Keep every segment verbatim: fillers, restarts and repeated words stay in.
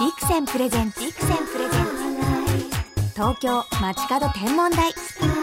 ビクセンプレゼンツビクセンプレゼンツ東京街角天文台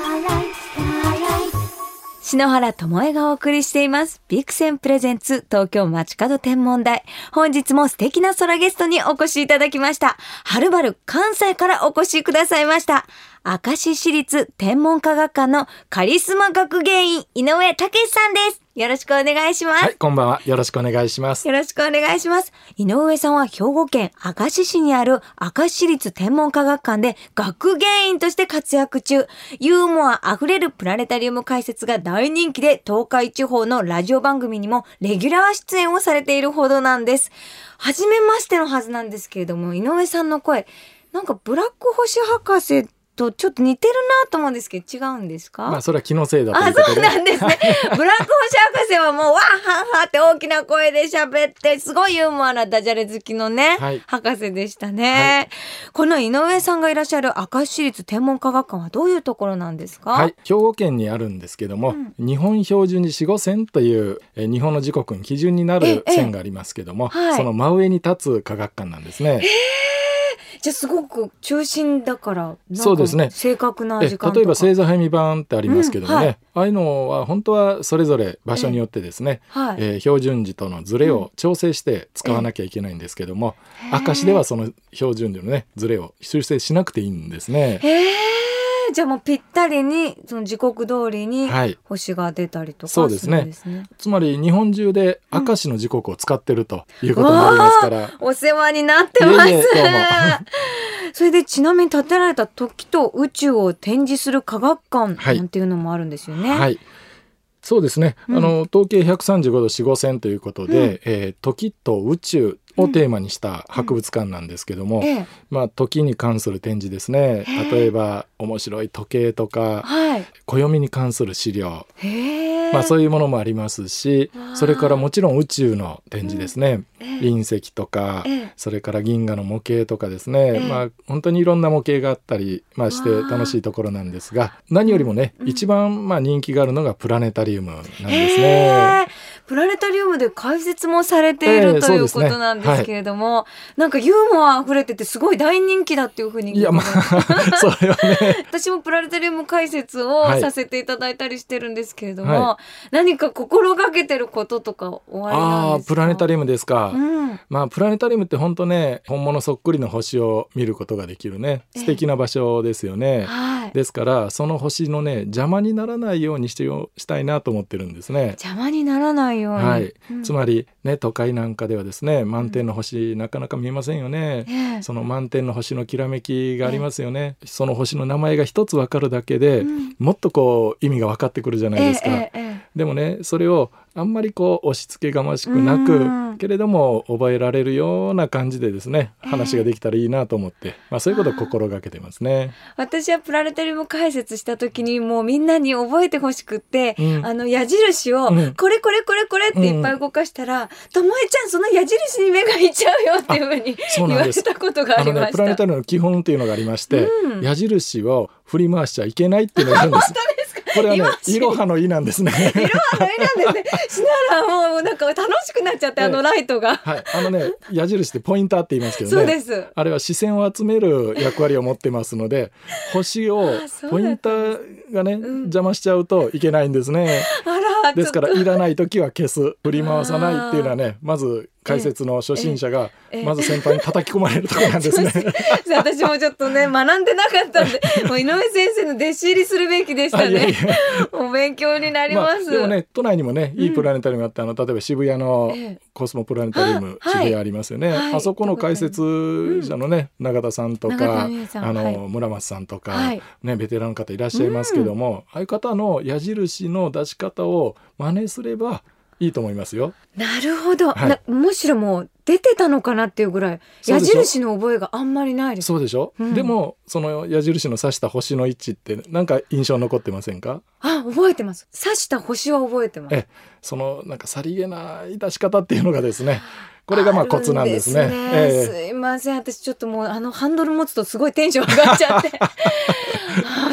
篠原智恵がお送りしていますビクセンプレゼンツ東京街角天文台。本日も素敵な空ゲストにお越しいただきました。はるばる関西からお越しくださいました明石市立天文科学館のカリスマ学芸員井上武さんです。よろしくお願いします。 はい、こんばんは。よろしくお願いします。 よろしくお願いします。井上さんは兵庫県明石市にある明石市立天文科学館で学芸員として活躍中。ユーモアあふれるプラネタリウム解説が大人気で、東海地方のラジオ番組にもレギュラー出演をされているほどなんです。初めましてのはずなんですけれども、井上さんの声、なんかブラック星博士とちょっと似てるなと思うんですけど、違うんですか？ まあそれは気のせいだということで。 あ、そうなんですね。ブラック星博士はもうわーはーはーって大きな声で喋って、すごいユーモアなダジャレ好きのね、はい、博士でしたね、はい、この井上さんがいらっしゃる明石市立天文科学館はどういうところなんですか？ はい、兵庫県にあるんですけども、うん、日本標準時よんご線というえ日本の時刻の基準になる線がありますけども、はい、その真上に立つ科学館なんですね。 じゃあすごく中心だからそうですね、 正確な時間とか、 例えば星座ハイミ版ってありますけどもね、うん、はい、ああいうのは本当はそれぞれ場所によってですね、えはい、えー、標準時とのズレを調整して使わなきゃいけないんですけども、明石ではその標準時のねズレを修正しなくていいんですね。 へー、じゃあもうぴったりにその時刻通りに星が出たりとかするんですね。はい、そうですね。 つまり日本中で明石の時刻を使ってるということになりますから、 うん、お世話になってます。いえいえ、どうもそれでちなみに建てられた時と宇宙を展示する科学館なんていうのもあるんですよね。 はい、はい、そうですね、うん、あの統計ひゃくさんじゅうごどよんご線ということで、うん、えー、時と宇宙をテーマにした博物館なんですけども、うん、ええ、まあ、時に関する展示ですね。例えば面白い時計とか、はい、暦に関する資料、まあ、そういうものもありますし、それからもちろん宇宙の展示ですね、うん、ええ、隕石とか、ええ、それから銀河の模型とかですね、ええ、まあ、本当にいろんな模型があったり、まあ、して楽しいところなんですが、何よりもね、うん、一番まあ人気があるのがプラネタリウムなんですね。 プラネタリウムで解説もされている、えー、ということなんですけれども、はい、なんかユーモアあふれててすごい大人気だっていうふうに。 いや、まあそれはね私もプラネタリウム解説をさせていただいたりしてるんですけれども、はい、何か心がけてることとかおありなんですか？ あ、プラネタリウムですか、 うん、 まあ、プラネタリウムって本当ね、本物そっくりの星を見ることができるね、素敵な場所ですよね、はい、ですからその星のね邪魔にならないようにしてよしたいなと思ってるんですね。 邪魔にならないように、 はい、うん、つまりね、都会なんかではですね、満天の星、うん、なかなか見えませんよね、えー、その満天の星のきらめきがありますよね、えー、その星の名前が一つ分かるだけで、うん、もっとこう意味が分かってくるじゃないですか、えーえーえー、でもね、それをあんまりこう押し付けがましくなくけれども覚えられるような感じでですね、話ができたらいいなと思って、まあ、そういうことを心がけてますね。 私はプラネタリウム解説した時にもうみんなに覚えてほしくって、うん、あの矢印をこれこれこれこれっていっぱい動かしたら、ともえちゃんその矢印に目がいっちゃうよっていうふうに言われたことがありました。あの、ね、 プラネタリウムの基本っていうのがありまして、うん、矢印を振り回しちゃいけないっていうのがあるんです。これはね、いろはの意なんですね。 いろはの意なんですね。しならもうなんか楽しくなっちゃって、あのライトが。はい、 あのね、矢印ってポインターって言いますけどね。 そうです。あれは視線を集める役割を持ってますので、星をポインターがね、うん、邪魔しちゃうといけないんですね。 あら、 ですからいらない時は消す、振り回さないっていうのはね、まず解説の初心者がまず先輩に叩き込まれるところなんですね。 私もちょっとね学んでなかったんで、もう井上先生の弟子入りするべきでしたね。いやいやお勉強になります、 まあ、でもね、都内にもねいいプラネタリウムがあって、うん、あの例えば渋谷のコスモプラネタリウム、渋谷ありますよね、はい、あそこの解説者のね、うん、永田さんとかあの、はい、村松さんとか、はい、ね、ベテランの方いらっしゃいますけども、うん、ああいう方の矢印の出し方を真似すればいいと思いますよ。 なるほど、はい、むしろもう出てたのかなっていうぐらい矢印の覚えがあんまりないです。 そうでしょ、うん、でもその矢印の指した星の位置ってなんか印象残ってませんか？ あ、覚えてます。指した星は覚えてます。 えそのなんかさりげない出し方っていうのがですね、これがまあコツなんですね。 ですね、えー、すいません、私ちょっともうあのハンドル持つとすごいテンション上がっちゃってあ、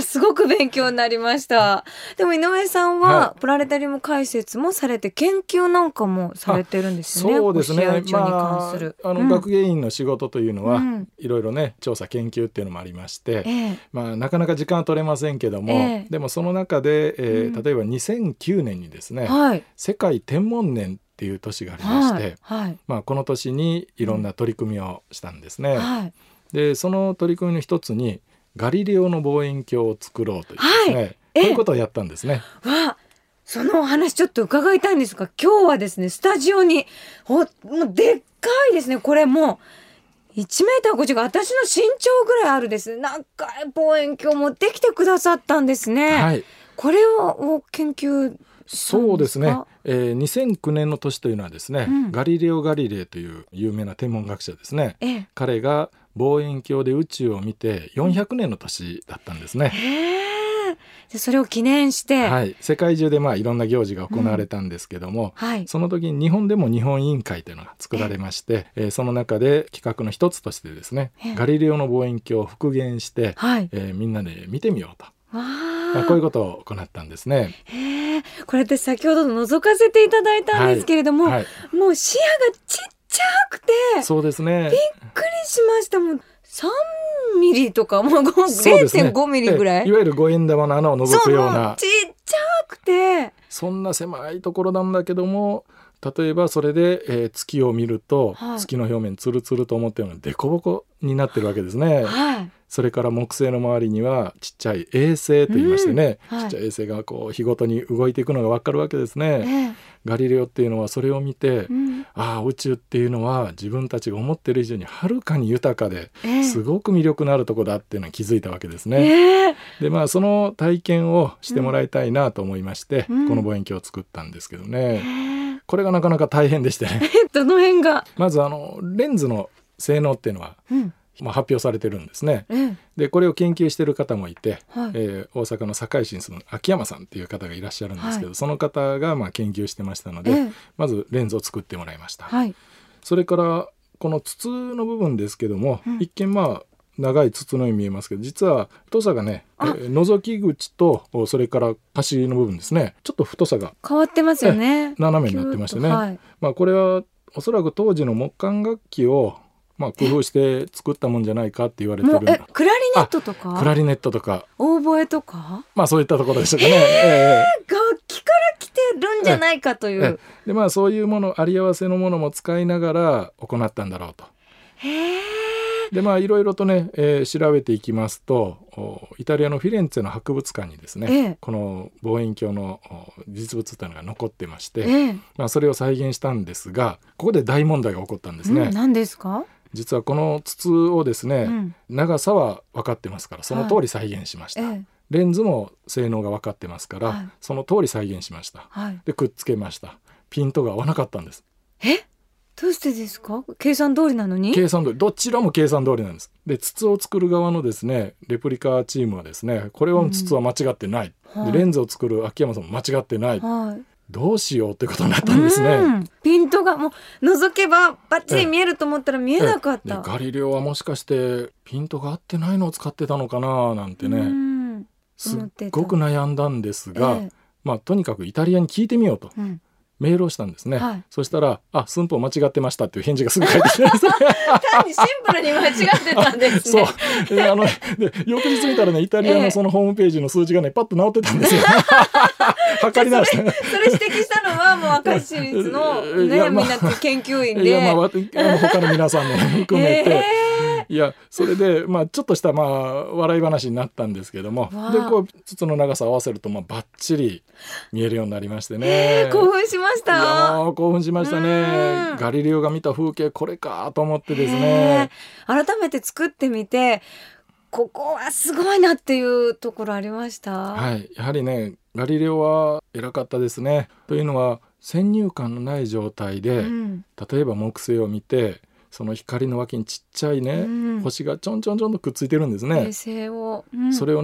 すごく勉強になりました。でも井上さんはプラネタリウム解説もされて、研究なんかもされてるんですよね。 そうですね、 星野宇宙に関する、 まあ、あの、うん、学芸員の仕事というのは、うん、いろいろね調査研究っていうのもありまして、えーまあ、なかなか時間は取れませんけども、えー、でもその中で、えーうん、例えばにせんきゅうねんにですね、はい、世界天文年っていう年がありまして、はいはい、まあ、この年にいろんな取り組みをしたんですね、うんはい、でその取り組みの一つにガリレオの望遠鏡を作ろうというですね、はい、こういうことをやったんですね。 わそのお話ちょっと伺いたいんですが、今日はですねスタジオにほもうでっかいですね、これもういちメーターごじゅうが私の身長ぐらいあるです長い望遠鏡を持ってきてくださったんですね、はい、これを研究そうですね、えー、にせんきゅうねんの年というのはですね、うん、ガリレオ・ガリレイという有名な天文学者ですね、ええ、彼が望遠鏡で宇宙を見てよんひゃくねんの年だったんですね。 へー、それを記念して、 はい、世界中でまあいろんな行事が行われたんですけども、うんはい、その時に日本でも日本委員会というのが作られまして、えー、その中で企画の一つとしてですね、ガリレオの望遠鏡を復元して、はいえー、みんなで見てみようと、まあ、こういうことを行ったんですね。 へー、これ私先ほど覗かせていただいたんですけれども、はいはい、もう視野がちっちゃくてそうですね、 びっくりしました。もうさんミリとかもう ゼロてんご ミリぐらい、 いわゆる五円玉の穴を覗くような、 そうちっちゃくてそんな狭いところなんだけども、例えばそれで、えー、月を見ると、はい、月の表面ツルツルと思ったようなデコボコになってるわけですね、はい、それから木星の周りにはちっちゃい衛星といいましてね、うんはい、ちっちゃい衛星がこう日ごとに動いていくのが分かるわけですね、えー、ガリレオっていうのはそれを見て、うん、ああ宇宙っていうのは自分たちが思ってる以上にはるかに豊かで、えー、すごく魅力のあるところだっていうのに気づいたわけですね、えー、でまあその体験をしてもらいたいなと思いまして、うん、この望遠鏡を作ったんですけどね、えー、これがなかなか大変でしてねどの辺がまずあのレンズの性能っていうのは、うんまあ、発表されてるんですね、うん、でこれを研究している方もいて、はいえー、大阪の堺市に住む秋山さんっていう方がいらっしゃるんですけど、はい、その方がまあ研究してましたので、うん、まずレンズを作ってもらいました、はい、それからこの筒の部分ですけども、うん、一見まあ長い筒のように見えますけど、実は太さがね、えー、覗き口とそれから端の部分ですね、ちょっと太さが変わってますよね、 斜めになってましてね、はいまあ、これはおそらく当時の木管楽器をまあ、工夫して作ったもんじゃないかって言われてる。 えクラリネットとかクラリネットとかオーボエとか、 まあそういったところでしょうかね、 えー、楽器から来てるんじゃないかという、 で、まあ、そういうものあり合わせのものも使いながら行ったんだろうと。 へー、 でまあいろいろとね、えー、調べていきますと、イタリアのフィレンツェの博物館にですね、ええ、この望遠鏡の実物というのが残ってまして、ええまあ、それを再現したんですが、ここで大問題が起こったんですね、 うん、何ですか？ 実はこの筒をですね、うん、長さは分かってますからその通り再現しました、はい、レンズも性能が分かってますから、はい、その通り再現しました、はい、でくっつけました。ピントが合わなかったんです。 えどうしてですか？計算通りなのに？ 計算通り、どちらも計算通りなんです。で筒を作る側のですねレプリカチームはですね、これは筒は間違ってない、うん、でレンズを作る秋山さんも間違ってない、はいどうしようということになったんですね。 うんピントがもう覗けばバッチリ見えると思ったら見えなかった。 ガリレオはもしかしてピントが合ってないのを使ってたのかななんてね、うんすっごく悩んだんですが、ええまあ、とにかくイタリアに聞いてみようと、うん、メールをしたんですね、はい、そしたらあ寸法間違ってましたっていう返事がすぐ返ってきて単にシンプルに間違ってたんですねそうであので翌日見たらねイタリアのそのホームページの数字がねパッと直ってたんですよ測り直して、 それ指摘したのはもう明石市立の、ねまあ、みんな研究員でいや、まあ、 あの他の皆さんも含めて、えー、いやそれで、まあ、ちょっとしたまあ笑い話になったんですけども、でこう筒の長さを合わせるとまあバッチリ見えるようになりましてね、 えー、興奮しました。 いや興奮しましたね。ガリレオが見た風景これかと思ってですね、 改めて作ってみてここはすごいなっていうところありました。 はい、やはりねガリレオは偉かったですね。というのは先入観のない状態で、うん、例えば木星を見てその光の脇にちっちゃいね、うん、星がちょんちょんちょんとくっついてるんですね。 衛星を、 うん、それをね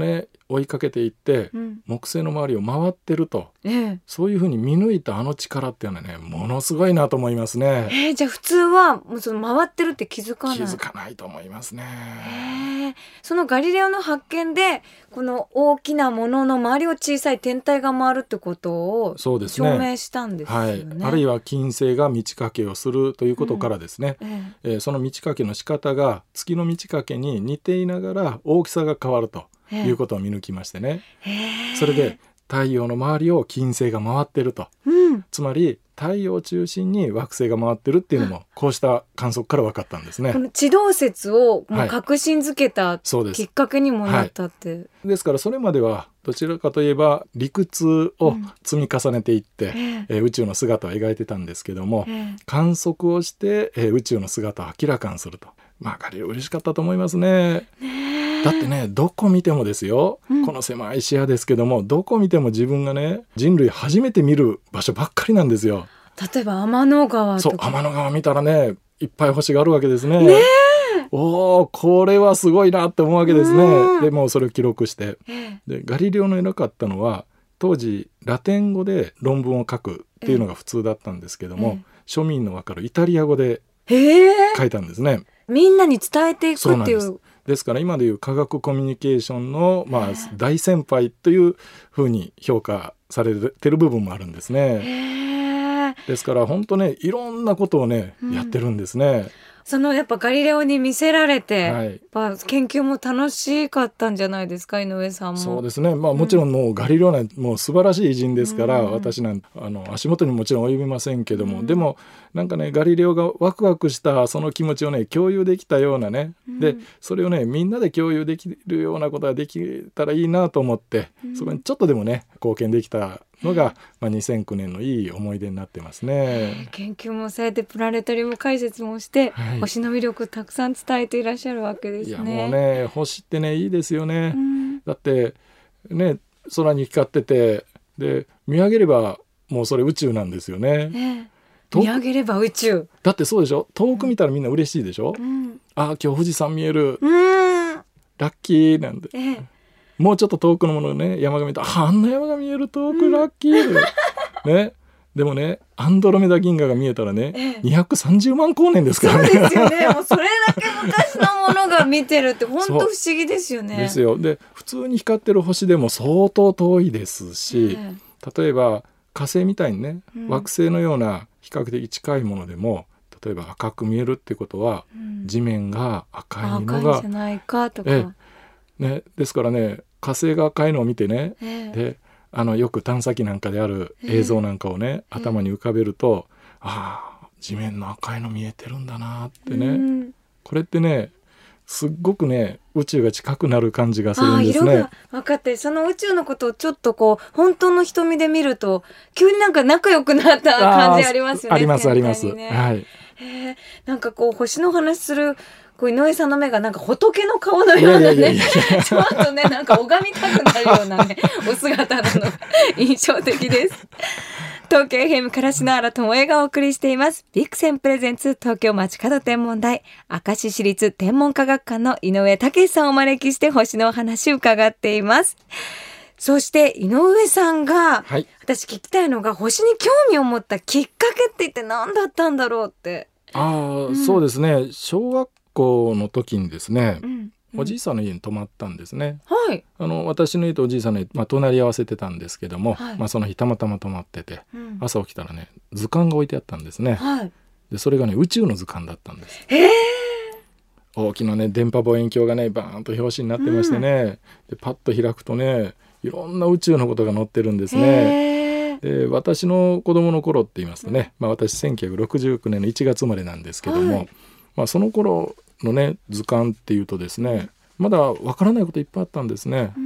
追いかけていって、うん、木星の周りを回ってると、ええ、そういうふうに見抜いたあの力っていうのはねものすごいなと思いますね。 えー、じゃあ普通はもうその回ってるって気づかない？ 気づかないと思いますね。 えー、そのガリレオの発見でこの大きなものの周りを小さい天体が回るってことを証明したんですよね。 はい、あるいは金星が満ち欠けをするということからですね、うん、えええー、その満ち欠けの仕方が月の満ち欠けに似ていながら大きさが変わるということを見抜きましてね、それで太陽の周りを金星が回ってると、うん、つまり太陽を中心に惑星が回ってるっていうのもこうした観測から分かったんですね。 この地動説をもう確信づけた、はい、きっかけにもなったって、はい、 ですからそれまではどちらかといえば理屈を積み重ねていって、うん、えー、宇宙の姿を描いてたんですけども、えー、観測をして、えー、宇宙の姿を明らかにすると、まあガリレオ嬉しかったと思いますね。ねだってねどこ見てもですよ、うん、この狭い視野ですけどもどこ見ても自分がね人類初めて見る場所ばっかりなんですよ。 例えば天の川とか。 そう天の川見たらねいっぱい星があるわけですね。ねおーこれはすごいなって思うわけですね。でもうそれを記録してでガリレオの偉かったのは当時ラテン語で論文を書くっていうのが普通だったんですけども、庶民のわかるイタリア語で書いたんですね。 みんなに伝えていくっていう。 ですから今でいう科学コミュニケーションの、まあ、大先輩というふうに評価されてる部分もあるんですね。ですから本当ねいろんなことをね、うん、やってるんですね。 そのやっぱガリレオに見せられて、はい、やっぱ研究も楽しかったんじゃないですか井上さんも。 そうですね、まあ、もちろんもうガリレオはもう素晴らしい偉人ですから、うん、私なんあの足元にもちろん及びませんけども、うん、でもなんかねガリレオがワクワクしたその気持ちをね共有できたようなね、うん、でそれをねみんなで共有できるようなことができたらいいなと思って、うん、そこにちょっとでもね貢献できたのが、まあ、にせんきゅうねんのいい思い出になってますね。 研究もされてプラネタリウム解説もして、はい、星の魅力をたくさん伝えていらっしゃるわけですね。 いやもうね星ってねいいですよね、うん、だってね空に光っててで見上げればもうそれ宇宙なんですよね、ええ、見上げれば宇宙だってそうでしょ。遠く見たらみんな嬉しいでしょ、うん、あ今日富士山見える、うん、ラッキーなんで、ええ、もうちょっと遠くのものね山が見たら あ, あんな山が見える遠くラッキー、うんね、でもねアンドロメダ銀河が見えたらね、ええ、にひゃくさんじゅうまん光年ですからね。 そうですよねもうそれだけ昔のものが見てるって本当不思議ですよね。 ですよ。で普通に光ってる星でも相当遠いですし、ええ、例えば火星みたいにね、うん、惑星のような比較的近いものでも例えば赤く見えるってことは、うん、地面が赤いのが赤いんじゃないかとか、 ええね、ですからね火星が赤いのを見てね、ええ、であのよく探査機なんかである映像なんかをね、ええ、頭に浮かべると、ええ、ああ地面の赤いの見えてるんだなってね、うん、これってねすっごくね宇宙が近くなる感じがするんですね。 あ色が分かってその宇宙のことをちょっとこう本当の瞳で見ると急になんか仲良くなった感じありますよね。 ありますあります、ね、はい、 えー、なんかこう星の話するこう井上さんの目がなんか仏の顔のようなねちょっとねなんか拝みたくなるようなねお姿なの印象的です。東京 エフエム からしながら智恵がお送りしていますビクセンプレゼンツ東京街角天文台明石市立天文科学館の井上武さんをお招きして星のお話を伺っています。そして井上さんが、はい、私聞きたいのが星に興味を持ったきっかけって言って何だったんだろうって。 あ、うん、そうですね小学校の時にですね、うんうん、おじいさんの家に泊まったんですね、はい、あの私の家とおじいさんの家、まあ、隣り合わせてたんですけども、はいまあ、その日たまたま泊まってて、うん、朝起きたらね図鑑が置いてあったんですね、はい、でそれがね宇宙の図鑑だったんです。 へー大きなね電波望遠鏡がねバーンと表紙になってましてね、うん、でパッと開くとねいろんな宇宙のことが載ってるんですね。で私の子供の頃って言いますとね、まあ、私せんきゅうひゃくろくじゅうきゅうねんのいちがつ生まれなんですけども、はいまあ、その頃のね図鑑っていうとですねまだわからないこといっぱいあったんですね、うん、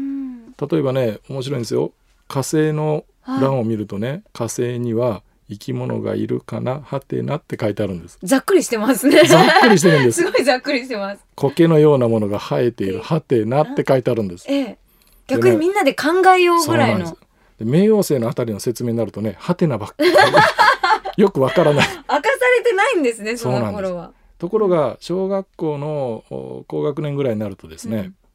例えばね面白いんですよ。火星の欄を見るとね、はい、火星には生き物がいるかなはてなって書いてあるんです。 ざっくりしてますね。 ざっくりしてるんですすごいざっくりしてます。 苔のようなものが生えているはてなって書いてあるんです、 ええ、逆にみんなで考えようぐらいの。 で冥王星のあたりの説明になるとねはてなばっかりよくわからない明かされてないんですねその頃は。 ところが小学校の高学年ぐらいになるとですね、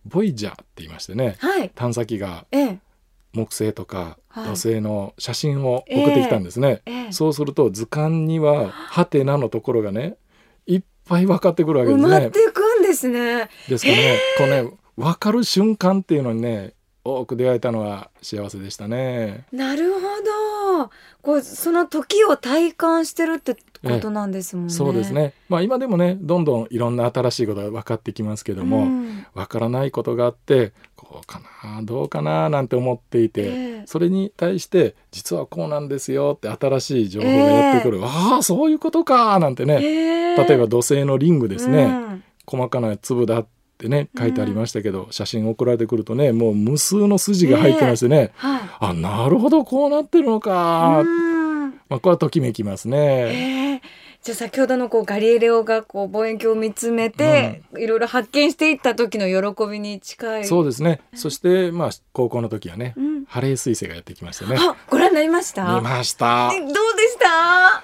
ボイジャーって言いましてね、 はい、 探査機がえ木星とかはい土星の写真を送ってきたんですね、 えええそうすると図鑑にはハテナのところがねいっぱい分かってくるわけですね。 埋まっていくんですね。 ですからね、こうね分かる瞬間っていうのにね多く出会えたのは幸せでしたね。 なるほど、こうその時を体感してるってことなんですもんね。 そうですね、まあ、今でもねどんどんいろんな新しいことが分かってきますけども、うん、分からないことがあってこうかなどうかななんて思っていて、えー、それに対して実はこうなんですよって新しい情報がやってくる、えー、ああそういうことかなんてね、えー、例えば土星のリングですね、うん、細かな粒だってね書いてありましたけど、うん、写真送られてくるとねもう無数の筋が入ってましてね、えーはい、あなるほどこうなってるのか、うんまあ、これはときめきますね。 えー、じゃあ先ほどのこうガリレオがこう望遠鏡を見つめて、うん、いろいろ発見していった時の喜びに近い。 そうですね。そして、まあ、高校の時はね、うん、ハレー彗星がやってきましたね。 あ、ご覧になりました？ 見ました。 どうでした？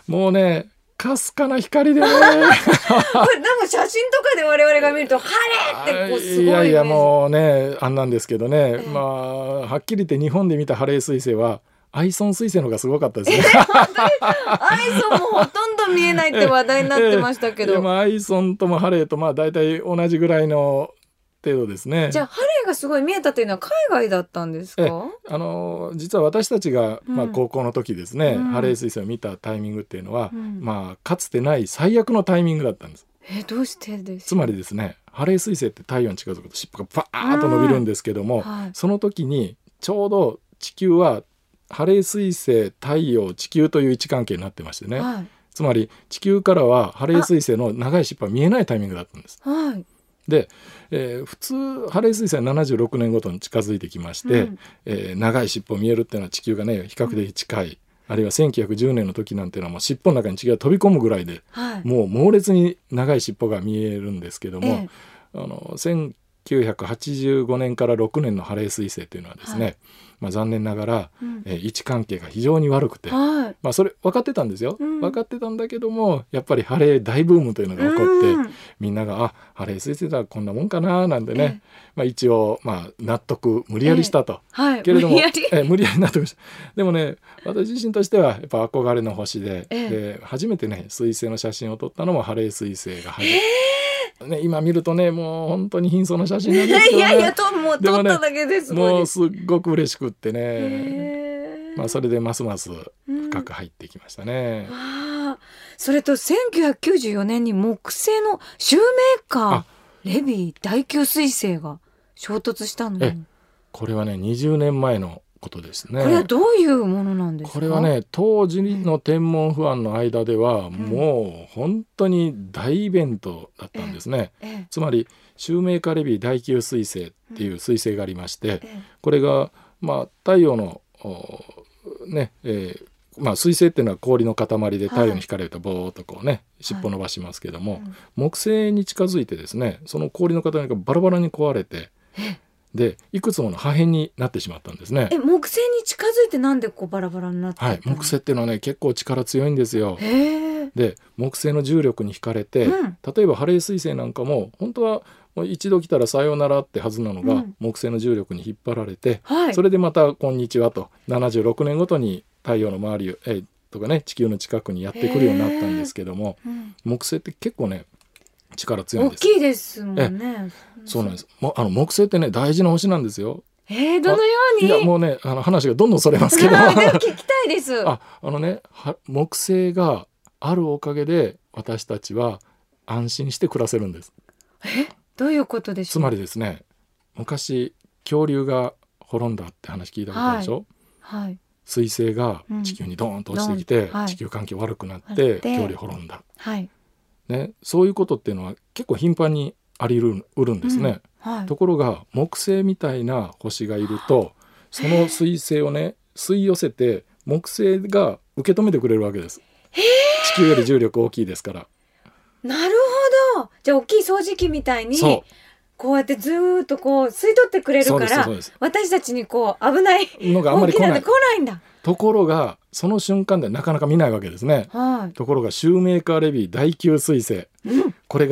もうねかすかな光でねこれなんか写真とかで我々が見るとハレーってこうすごい、ね、 いやいやもうねあんなんですけどね、えー、まあはっきり言って日本で見たハレー彗星はアイソン彗星の方がすごかったですね。 アイソンもほとんど見えないって話題になってましたけど、 ええええ、まあ、アイソンともハレーとまあ大体同じぐらいの程度ですね。 じゃあハレーがすごい見えたというのは海外だったんですか？ あの実は私たちが、まあ、高校の時ですね、うん、ハレー彗星を見たタイミングっていうのは、うんまあ、かつてない最悪のタイミングだったんです。 えどうしてですか？ つまりですねハレー彗星って太陽に近づくと尻尾がバーッと伸びるんですけども、うんはい、その時にちょうど地球はハレー彗星太陽地球という位置関係になってましてね、はい、つまり地球からはハレー彗星の長い尻尾は見えないタイミングだったんです、はい、で、えー、普通ハレー彗星はななじゅうろくねんごとに近づいてきまして、うんえー、長い尻尾見えるっていうのは地球がね比較的近い、うん、あるいはせんきゅうひゃくじゅうねんの時なんていうのはもう尻尾の中に地球が飛び込むぐらいで、はい、もう猛烈に長い尻尾が見えるんですけども、えー、あのせんきゅうひゃくはちじゅうごねんからろくねんのハレー彗星というのはですね、はいまあ、残念ながら、うんえー、位置関係が非常に悪くて、はいまあ、それ分かってたんですよ、うん、分かってたんだけどもやっぱりハレー大ブームというのが起こって、うん、みんながあハレー彗星だこんなもんかななんてね、えーまあ、一応、まあ、納得無理やりしたと、えーはい、けれども無理やり、えー、無理やり納得した。でもね私自身としてはやっぱ憧れの星で、えー、で初めてね彗星の写真を撮ったのもハレー彗星が初めて、えーね、今見るとねもう本当に貧相な写真なんですけどね。いやいやともう撮っただけですごい、ね、もうすっごく嬉しくってね、まあ、それでますます深く入ってきましたね、うん、 あそれとせんきゅうひゃくきゅうじゅうよねんに木星のシューメーカーレビー大級彗星が衝突したの。 えこれはねにじゅうねんまえのことですね。 これはどういうものなんですか？ これはね当時の天文ファンの間ではもう本当に大イベントだったんですね、えええ、つまりシューメーカーレビー大級彗星っていう彗星がありまして、え、これが、まあ、太陽のね、えーまあ、彗星っていうのは氷の塊で太陽に光るとボーっとこうね、はい、尻尾伸ばしますけども、はいうん、木星に近づいてですねその氷の塊がバラバラに壊れてでいくつもの破片になってしまったんですね。 え木星に近づいてなんでこうバラバラになってたの？はい、 木星っていうのはね結構力強いんですよ。へーで木星の重力に惹かれて、うん、例えばハレー彗星なんかも本当はもう一度来たらさようならってはずなのが、うん、木星の重力に引っ張られて、はい、それでまたこんにちはとななじゅうろくねんごとに太陽の周りえとかね地球の近くにやってくるようになったんですけども、うん、木星って結構ね力強いんです。 大きいですもんね。 そうなんです。もあの木星ってね大事な星なんですよ。 えー、どのように？ いやもうねあの話がどんどんそれますけどでも聞きたいです。 ああのね木星があるおかげで私たちは安心して暮らせるんです。 えどういうことでしょう？ つまりですね昔恐竜が滅んだって話聞いたことあるでしょ、はいはい、彗星が地球にドーンと落ちてきて、うん、地球環境悪くなって恐竜滅んだ、はいね、そういうことっていうのは結構頻繁にありうるんですね、うんはい、ところが木星みたいな星がいるとその彗星をね吸い寄せて木星が受け止めてくれるわけです。地球より重力大きいですから。 なるほど。じゃあ大きい掃除機みたいにこうやってずーっとこう吸い取ってくれるから私たちにこう危ないのがあんまり来ない、 来ないんだ。 ところがその瞬間でなかなか見ないわけですね、はい、ところがシューメーカーレビー大級彗星、うん、これが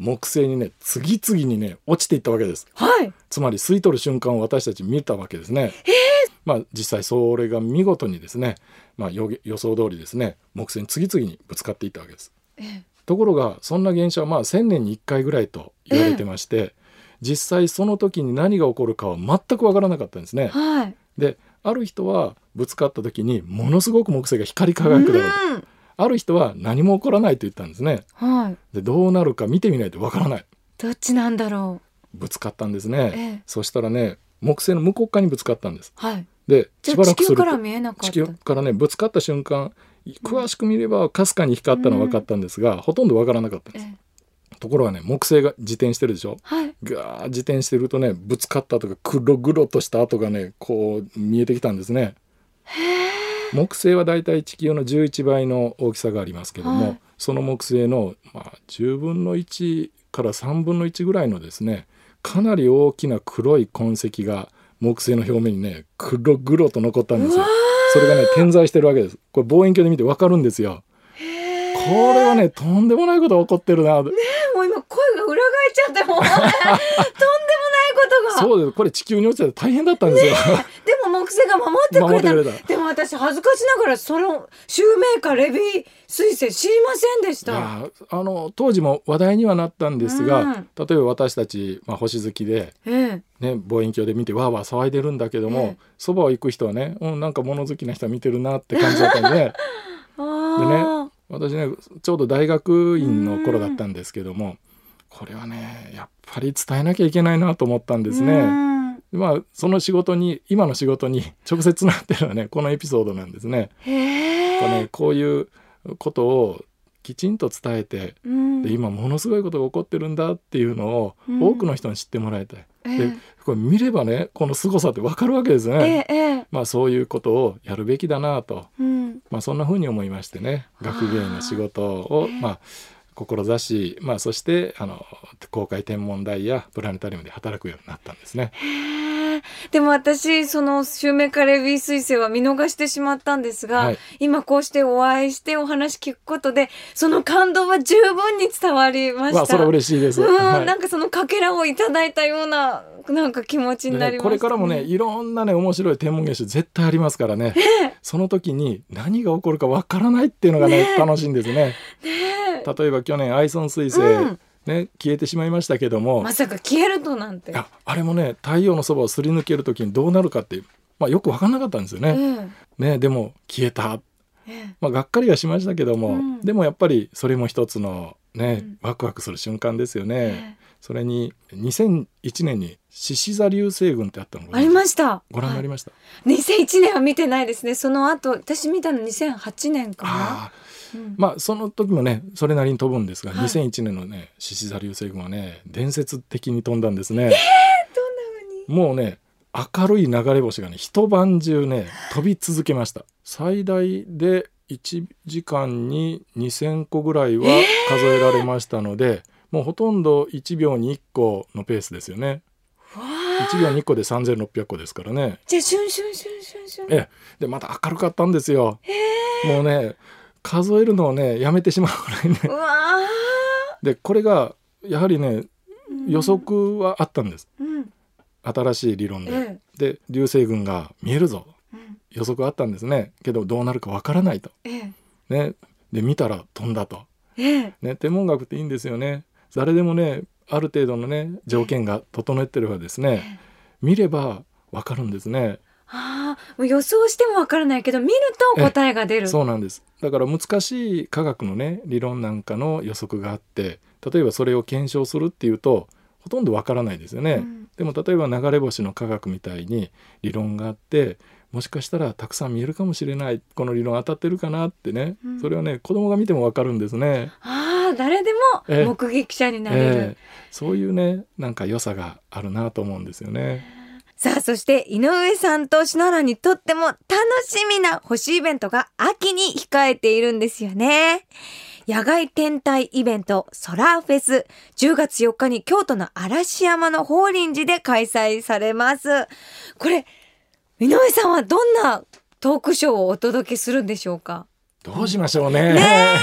木星にね次々にね落ちていったわけです、 はい、 つまり吸い取る瞬間を私たち見たわけですね。まあ、実際それが見事にですね、まあ、予想通りですね木星に次々にぶつかっていったわけです。ところがそんな現象はまあせんねんにいっかいぐらいと言われてまして、実際その時に何が起こるかは全く分からなかったんですね、 はい、 である人はぶつかった時にものすごく木星が光り輝くだろうと、ある人は何も起こらないと言ったんですね、 はい、 でどうなるか見てみないと分からない。 どっちなんだろう。ぶつかったんですね、 ええ、 そしたらね木星の向こう側にぶつかったんです、 はい、 でしばらくすると地球から見えなかった。 地球からねぶつかった瞬間詳しく見ればかすかに光ったのは分かったんですが、うん、ほとんど分からなかったんです、ええ、ところがね木星が自転してるでしょ、はい、ガー自転してるとねぶつかったとか黒々とした跡がねこう見えてきたんですね。へ木星はだいたい地球のじゅういちばいの大きさがありますけども、はい、その木星の、まあ、じゅうぶんのいちからさんぶんのいちぐらいのですねかなり大きな黒い痕跡が木星の表面にね黒々と残ったんですよ。それがね点在してるわけです。これ望遠鏡で見てわかるんですよ。へこれはねとんでもないことが起こってるな。ねえもう今声が裏返っちゃってもうとんでもないことが。 そうです。これ地球に落ちたら大変だったんですよ。 でも木星が守ってくれた。守ってくれた。でも私恥ずかしながらそのシューメーカーレビー彗星知りませんでした。 いやあの当時も話題にはなったんですが、うん、例えば私たち、まあ、星好きで、ええね、望遠鏡で見てわーわー騒いでるんだけども、そば、ええ、を行く人はね、うん、なんか物好きな人は見てるなって感じだったんででね私ねちょうど大学院の頃だったんですけども、これはねやっぱり伝えなきゃいけないなと思ったんですね。まあ、その仕事に今の仕事に直接なってるのはねこのエピソードなんですね。へー、ね、こういうことをきちんと伝えて、うん、で今ものすごいことが起こってるんだっていうのを多くの人に知ってもらいたい、うん、でこれ見ればねこの凄さって分かるわけですね、えーえーまあ、そういうことをやるべきだなと、うんまあ、そんな風に思いましてね学芸員の仕事を、まあ志し、まあ、そしてあの公開天文台やプラネタリウムで働くようになったんですね。 へー、でも私そのシューメーカーレビー彗星は見逃してしまったんですが、はい、今こうしてお会いしてお話聞くことでその感動は十分に伝わりました。 まあ、それは嬉しいです、 うんはい、 なんかそのかけらをいただいたようななんか気持ちになりました、ね、 これからもねいろんなね面白い天文現象絶対ありますからね、えー、その時に何が起こるかわからないっていうのがね、ね楽しいんですね。ね例えば去年アイソン彗星、うんね、消えてしまいましたけどもまさか消えるとなんてあ, あれもね太陽のそばをすり抜ける時にどうなるかって、まあ、よく分かんなかったんですよね、うんねでも消えた、えまあ、がっかりはしましたけども、うん、でもやっぱりそれも一つの、ねうん、ワクワクする瞬間ですよね、えそれににせんいちねんに獅子座流星群ってあったのありました。 ご覧になりました、 はい、にせんいちねんは見てないですね。その後私見たのにせんはちねんかな。あうん、まあその時もねそれなりに飛ぶんですが、はい、にせんいちねんのね獅子座流星群はね伝説的に飛んだんですね、えー、どんな風にもうね明るい流れ星がね一晩中ね飛び続けました。最大でいちじかんににせんこぐらいは数えられましたので、えー、もうほとんどいちびょうにいっこのペースですよね。いちびょうにいっこでさんぜんろっぴゃっこですからね。 じゃあシュンシュンシュンシュンシュンえでまた明るかったんですよ、えー、もうね数えるのをねやめてしまうぐらいねうわでこれがやはりね、うん、予測はあったんです、うん、新しい理論で、ええ、で流星群が見えるぞ、うん、予測あったんですね。けどどうなるかわからないと、ええね、で見たら飛んだと、えね、天文学っていいんですよね。誰でもねある程度のね条件が整ってればですね、え見ればわかるんですね。 あもう予想してもわからないけど見ると答えが出る。 そうなんです。だから難しい科学のね理論なんかの予測があって例えばそれを検証するっていうとほとんどわからないですよね、うん、でも例えば流れ星の科学みたいに理論があってもしかしたらたくさん見えるかもしれない、この理論当たってるかなってね、うん、それはね子供が見てもわかるんですね。 あ誰でも目撃者になれる、えー、 そういうねなんか良さがあるなと思うんですよね。 さあそして井上さんと篠原にとっても楽しみな星イベントが秋に控えているんですよね。野外天体イベントソラーフェスじゅうがつよっかに京都の嵐山の法輪寺で開催されます。これ井上さんはどんなトークショーをお届けするんでしょうか。 どうしましょうね。 ねえ私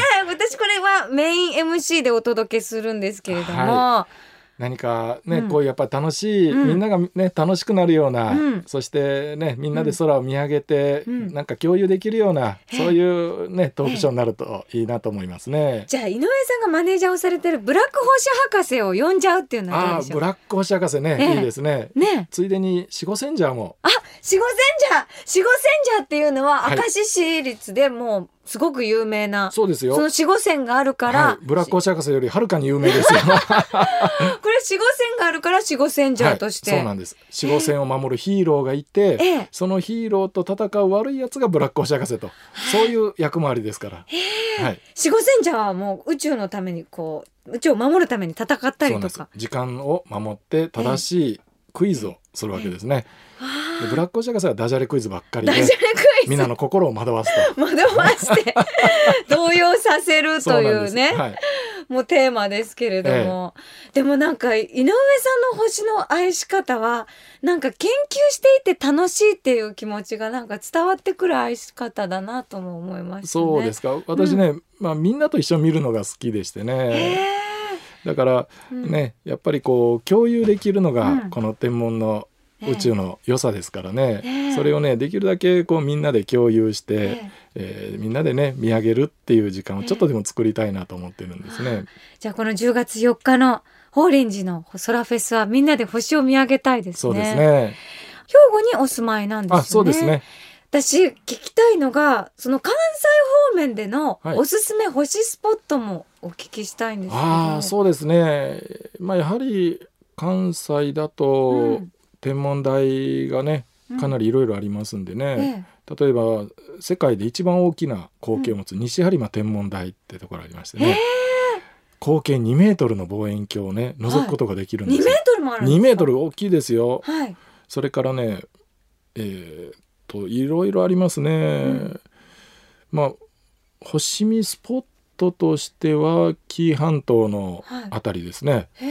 私これはメイン エムシー でお届けするんですけれども、はい、 何かね、うん、こういうやっぱり楽しい、うん、みんながね楽しくなるような、うん、そしてねみんなで空を見上げて、うん、なんか共有できるような、うん、そういうねトークショーになるといいなと思いますね。 じゃあ井上さんがマネージャーをされてるブラック星博士を呼んじゃうっていうのはどうでしょう。 あブラック星博士ね、いいですね。ねついでに四五千ジャーも。 あ四五千ジャー四五千ジャーっていうのは明石市立でもうすごく有名な、 そうですよ。 その四五千があるから、 はい、ブラック星博士よりはるかに有名ですよ。これ四五千があるから四五千ジャーとして、 はい、そうなんです。四五千を守るヒーローがいて、えー、そのヒーローと戦う悪いやつがブラック星博士と、そういう役回りですから。 はい、四五千ジャーはもう宇宙のためにこう宇宙を守るために戦ったりとか、 時間を守って正しいクイズをするわけですね。えー、でブラック星博士はダジャレクイズばっかりで、みんなの心を惑わすと惑わして動揺させるというね、はい、もうテーマですけれども、ええ、でもなんか井上さんの星の愛し方はなんか研究していて楽しいっていう気持ちがなんか伝わってくる愛し方だなとも思いましたね。 そうですか。私ね、うん、まあ、みんなと一緒に見るのが好きでしてね、だからね、うん、やっぱりこう共有できるのがこの天文の宇宙の良さですからね、えー、それをねできるだけこうみんなで共有して、えーえー、みんなでね見上げるっていう時間をちょっとでも作りたいなと思ってるんですね。えー、 じゃあこのじゅうがつよっかの法輪寺の空フェスはみんなで星を見上げたいですね。 そうですね。 兵庫にお住まいなんですよね。 あ、そうですね。 私聞きたいのがその関西方面でのおすすめ星スポットもお聞きしたいんですけど、 はい、あ、そうですね、まあ、やはり関西だと、うん、天文台がねかなりいろいろありますんでね、うん、例えば世界で一番大きな口径を持つ西播磨天文台ってところありましてね、えー、口径にメートルの望遠鏡をね覗くことができるんですよ。 はい、にメートルもあるんですか。 にメートル大きいですよ。 はい、 それからね、えー、といろいろありますね。うん、まあ星見スポットとしては紀伊半島のあたりですね。はい、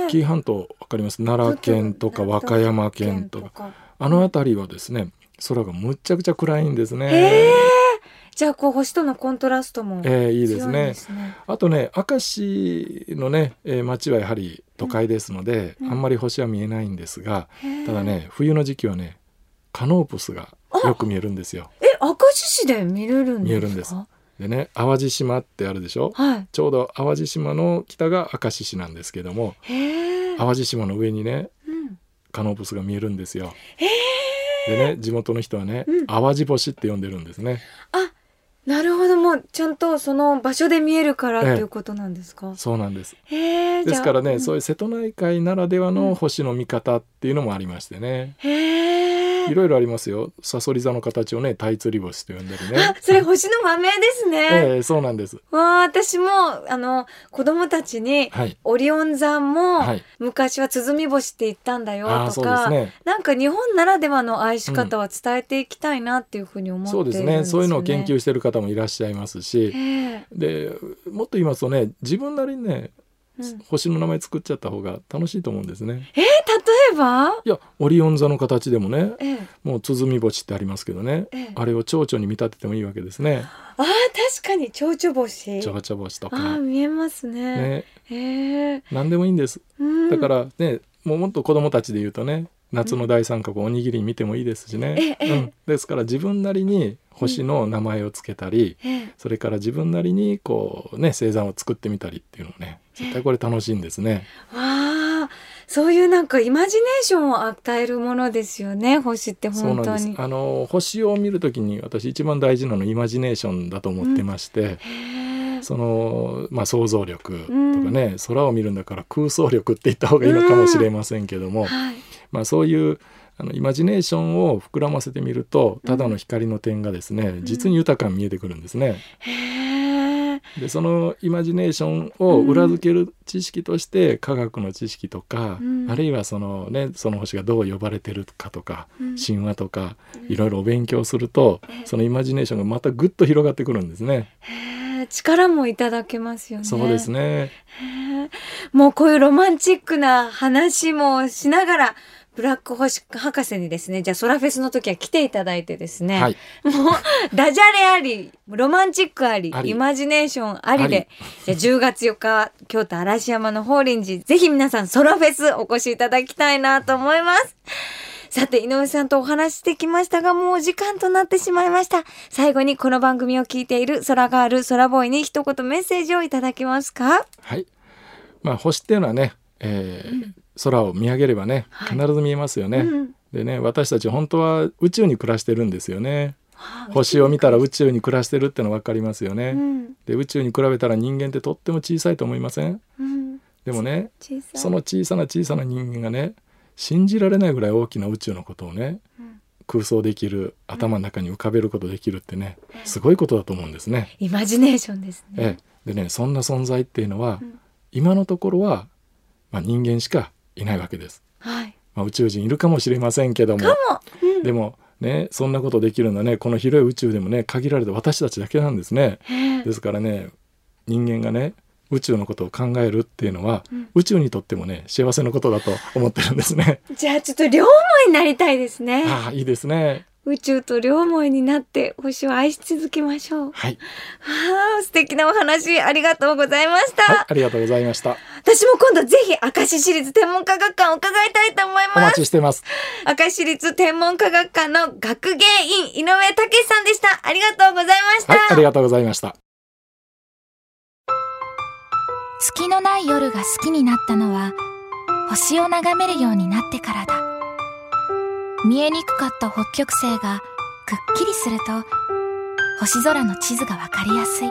紀伊半島わかります。奈良県とか和歌山県とかあのあたりはですね空がむっちゃくちゃ暗いんですね。 じゃあこう星とのコントラストも強いんですね。 えー、いいですね。あとね明石のね、えー、町はやはり都会ですので、うん、あんまり星は見えないんですが、ただね冬の時期はねカノープスがよく見えるんですよ。 え、明石市で見れるんですか。 見えるんです。でね、淡路島ってあるでしょ、はい、ちょうど淡路島の北が明石市なんですけども、淡路島の上にね、うん、カノープスが見えるんですよ。でね、地元の人はね、うん、淡路星って呼んでるんですね。 あ、なるほど。もうちゃんとその場所で見えるからっていうことなんですか。 そうなんです。ですからね、うん、そういう瀬戸内海ならではの星の見方っていうのもありましてね、へいろいろありますよ。さそり座の形をね鯛釣り星と呼んだりね。 あ、それ星の和名ですね。 ええ、そうなんです。 わあ、私もあの子供たちに、はい、オリオン座も、はい、昔は鼓星って言ったんだよとか、ね、なんか日本ならではの愛し方は伝えていきたいなっていうふうに思っているんですよね。 そうですね。そういうのを研究している方もいらっしゃいますし、でもっと言いますとね、自分なりにね、うん、星の名前作っちゃった方が楽しいと思うんですね。 えー、例えばいやオリオン座の形でもね、ええ、もう鼓星ってありますけどね、ええ、あれを蝶々に見立ててもいいわけですね。 あ、確かに蝶々星、 蝶々星とか、 あ、見えますね。ね、 えー、何でもいいんです、うん、だからね、もうもっと子供たちで言うとね、夏の大三角おにぎり見てもいいですしね、うんうん、ですから自分なりに星の名前をつけたり、うん、それから自分なりにこうね星座を作ってみたりっていうのもね、絶対これ楽しいんですね。 わあ、そういうなんかイマジネーションを与えるものですよね、星って本当に。 そうなんです。あの星を見るときに私一番大事なのはイマジネーションだと思ってまして、うん、そのまあ、想像力とかね、うん、空を見るんだから空想力って言った方がいいのかもしれませんけども、うん、はい、まあ、そういうあのイマジネーションを膨らませてみると、ただの光の点がですね、うん、実に豊かに見えてくるんですね。へー。でそのイマジネーションを裏付ける知識として、うん、科学の知識とか、うん、あるいはその、ね、その星がどう呼ばれてるかとか、うん、神話とか、うん、いろいろお勉強すると、うん、そのイマジネーションがまたぐっと広がってくるんですね。 へー、力もいただけますよね。 そうですね。 へー、もうこういうロマンチックな話もしながらブラック星博士にですね、じゃあソラフェスの時は来ていただいてですね、 はい、 もうダジャレあり、ロマンチックあり、 ありイマジネーションありで、じゃあじゅうがつよっか京都嵐山の法輪寺、ぜひ皆さんソラフェスお越しいただきたいなと思います。さて、井上さんとお話してきましたが、もう時間となってしまいました。最後にこの番組を聞いている空ガール、空ボーイに一言メッセージをいただけますか？ はい。まあ、星っていうのはね、えーうん、空を見上げればね、必ず見えますよね。はい、うん、でね、私たち本当は宇宙に暮らしてるんですよね。はあ、星を見たら宇宙に暮らしてるっての分かりますよね。うん、で、宇宙に比べたら人間ってとっても小さいと思いません？うん、でもね、その小さな小さな人間がね、信じられないぐらい大きな宇宙のことをね、うん、空想できる、頭の中に浮かべることできるってね、うん、すごいことだと思うんですね。 イマジネーションですね。 ええ、でね、そんな存在っていうのは、うん、今のところは、まあ、人間しかいないわけです。はい、まあ、宇宙人いるかもしれませんけども、もうん、でもね、そんなことできるのはね、この広い宇宙でもね、限られた私たちだけなんですね。ですからね、人間がね、宇宙のことを考えるっていうのは、うん、宇宙にとってもね、幸せなことだと思ってるんですね。 じゃあちょっと両思いになりたいですね。 ああ、いいですね。 宇宙と両思いになって星を愛し続けましょう。 はい。 はあ、素敵なお話ありがとうございました。 はい、ありがとうございました。 私も今度ぜひ明石市立天文科学館を伺いたいと思います。 お待ちしてます。 明石市立天文科学館の学芸員井上武さんでした。ありがとうございました。 はい、ありがとうございました。 月のない夜が好きになったのは星を眺めるようになってからだ。見えにくかった北極星がくっきりすると星空の地図がわかりやすい。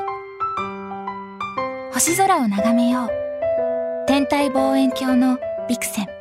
星空を眺めよう。天体望遠鏡のビクセン。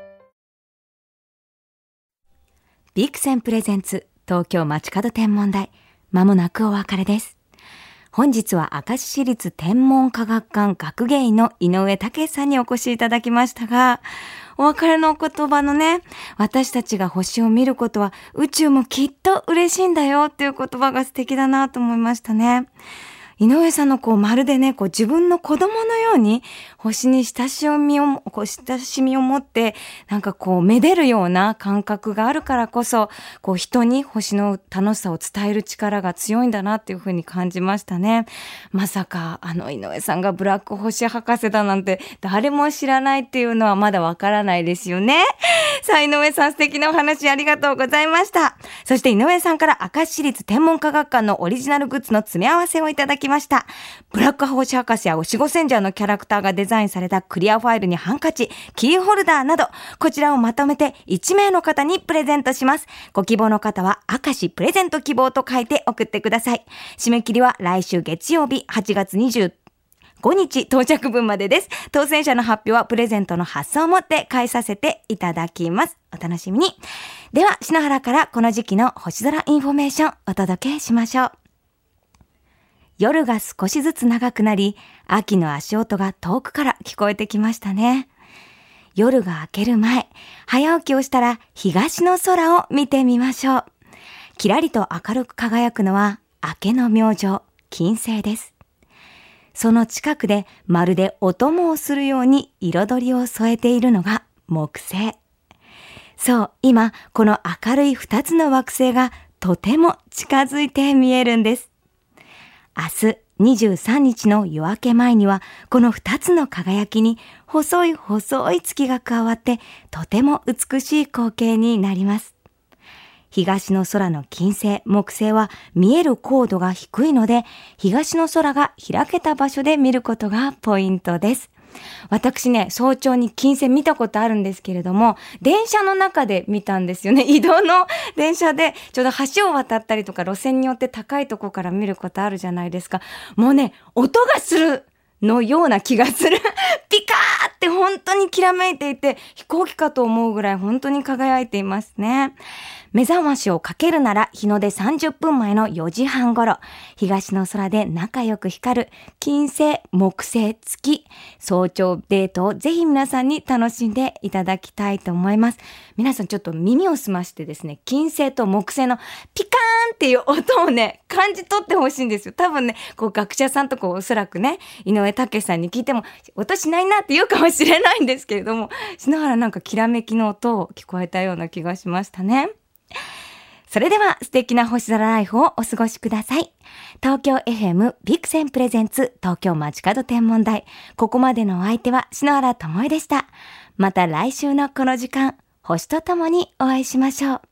ビクセンプレゼンツ東京街角天文台、まもなくお別れです。本日は明石市立天文科学館学芸員の井上武さんにお越しいただきましたが、お別れのお言葉のね、私たちが星を見ることは宇宙もきっと嬉しいんだよっていう言葉が素敵だなと思いましたね。井上さんのこうまるでね、こう自分の子供のように星に親しみを、こう親しみを持って、なんかこうめでるような感覚があるからこそ、こう人に星の楽しさを伝える力が強いんだなっていうふうに感じましたね。まさかあの井上さんがブラック星博士だなんて誰も知らないっていうのはまだわからないですよね。さあ井上さん、素敵なお話ありがとうございました。そして井上さんから明石市立天文科学館のオリジナルグッズの詰め合わせをいただきました。ブラック星博士やおしごセンジャーのキャラクターがデザインされたクリアファイルにハンカチ、キーホルダーなど、こちらをまとめていち名の方にプレゼントします。ご希望の方は明石プレゼント希望と書いて送ってください。締め切りは来週月曜日はちがつにじゅうごにち到着分までです。当選者の発表はプレゼントの発送をもって返させていただきます。お楽しみに。では篠原からこの時期の星空インフォメーションお届けしましょう。夜が少しずつ長くなり、秋の足音が遠くから聞こえてきましたね。夜が明ける前、早起きをしたら東の空を見てみましょう。きらりと明るく輝くのは明けの明星、金星です。その近くでまるでお供をするように彩りを添えているのが木星。そう、今この明るい二つの惑星がとても近づいて見えるんです。明日にじゅうさんにちの夜明け前にはこの二つの輝きに細い細い月が加わってとても美しい光景になります。東の空の金星、木星は見える高度が低いので東の空が開けた場所で見ることがポイントです。私ね、早朝に金星見たことあるんですけれども、電車の中で見たんですよね。移動の電車でちょうど橋を渡ったりとか路線によって高いところから見ることあるじゃないですか。もうね、音がするのような気がする。ピカーって本当にきらめいていて飛行機かと思うぐらい本当に輝いていますね。 目覚ましをかけるなら日の出さんじゅっぷんまえのよじはん頃、東の空で仲良く光る金星、木星、月、早朝デートをぜひ皆さんに楽しんでいただきたいと思います。皆さんちょっと耳を澄ましてですね、金星と木星のピカーンっていう音をね、感じ取ってほしいんですよ。多分ね、こう学者さんとかおそらくね、井上武さんに聞いても音しないなって言うかもしれないんですけれども、篠原なんかきらめきの音を聞こえたような気がしましたね。それでは素敵な星空ライフをお過ごしください。東京 エフエム ビクセンプレゼンツ東京街角天文台。ここまでのお相手は篠原ともえでした。また来週のこの時間、星とともにお会いしましょう。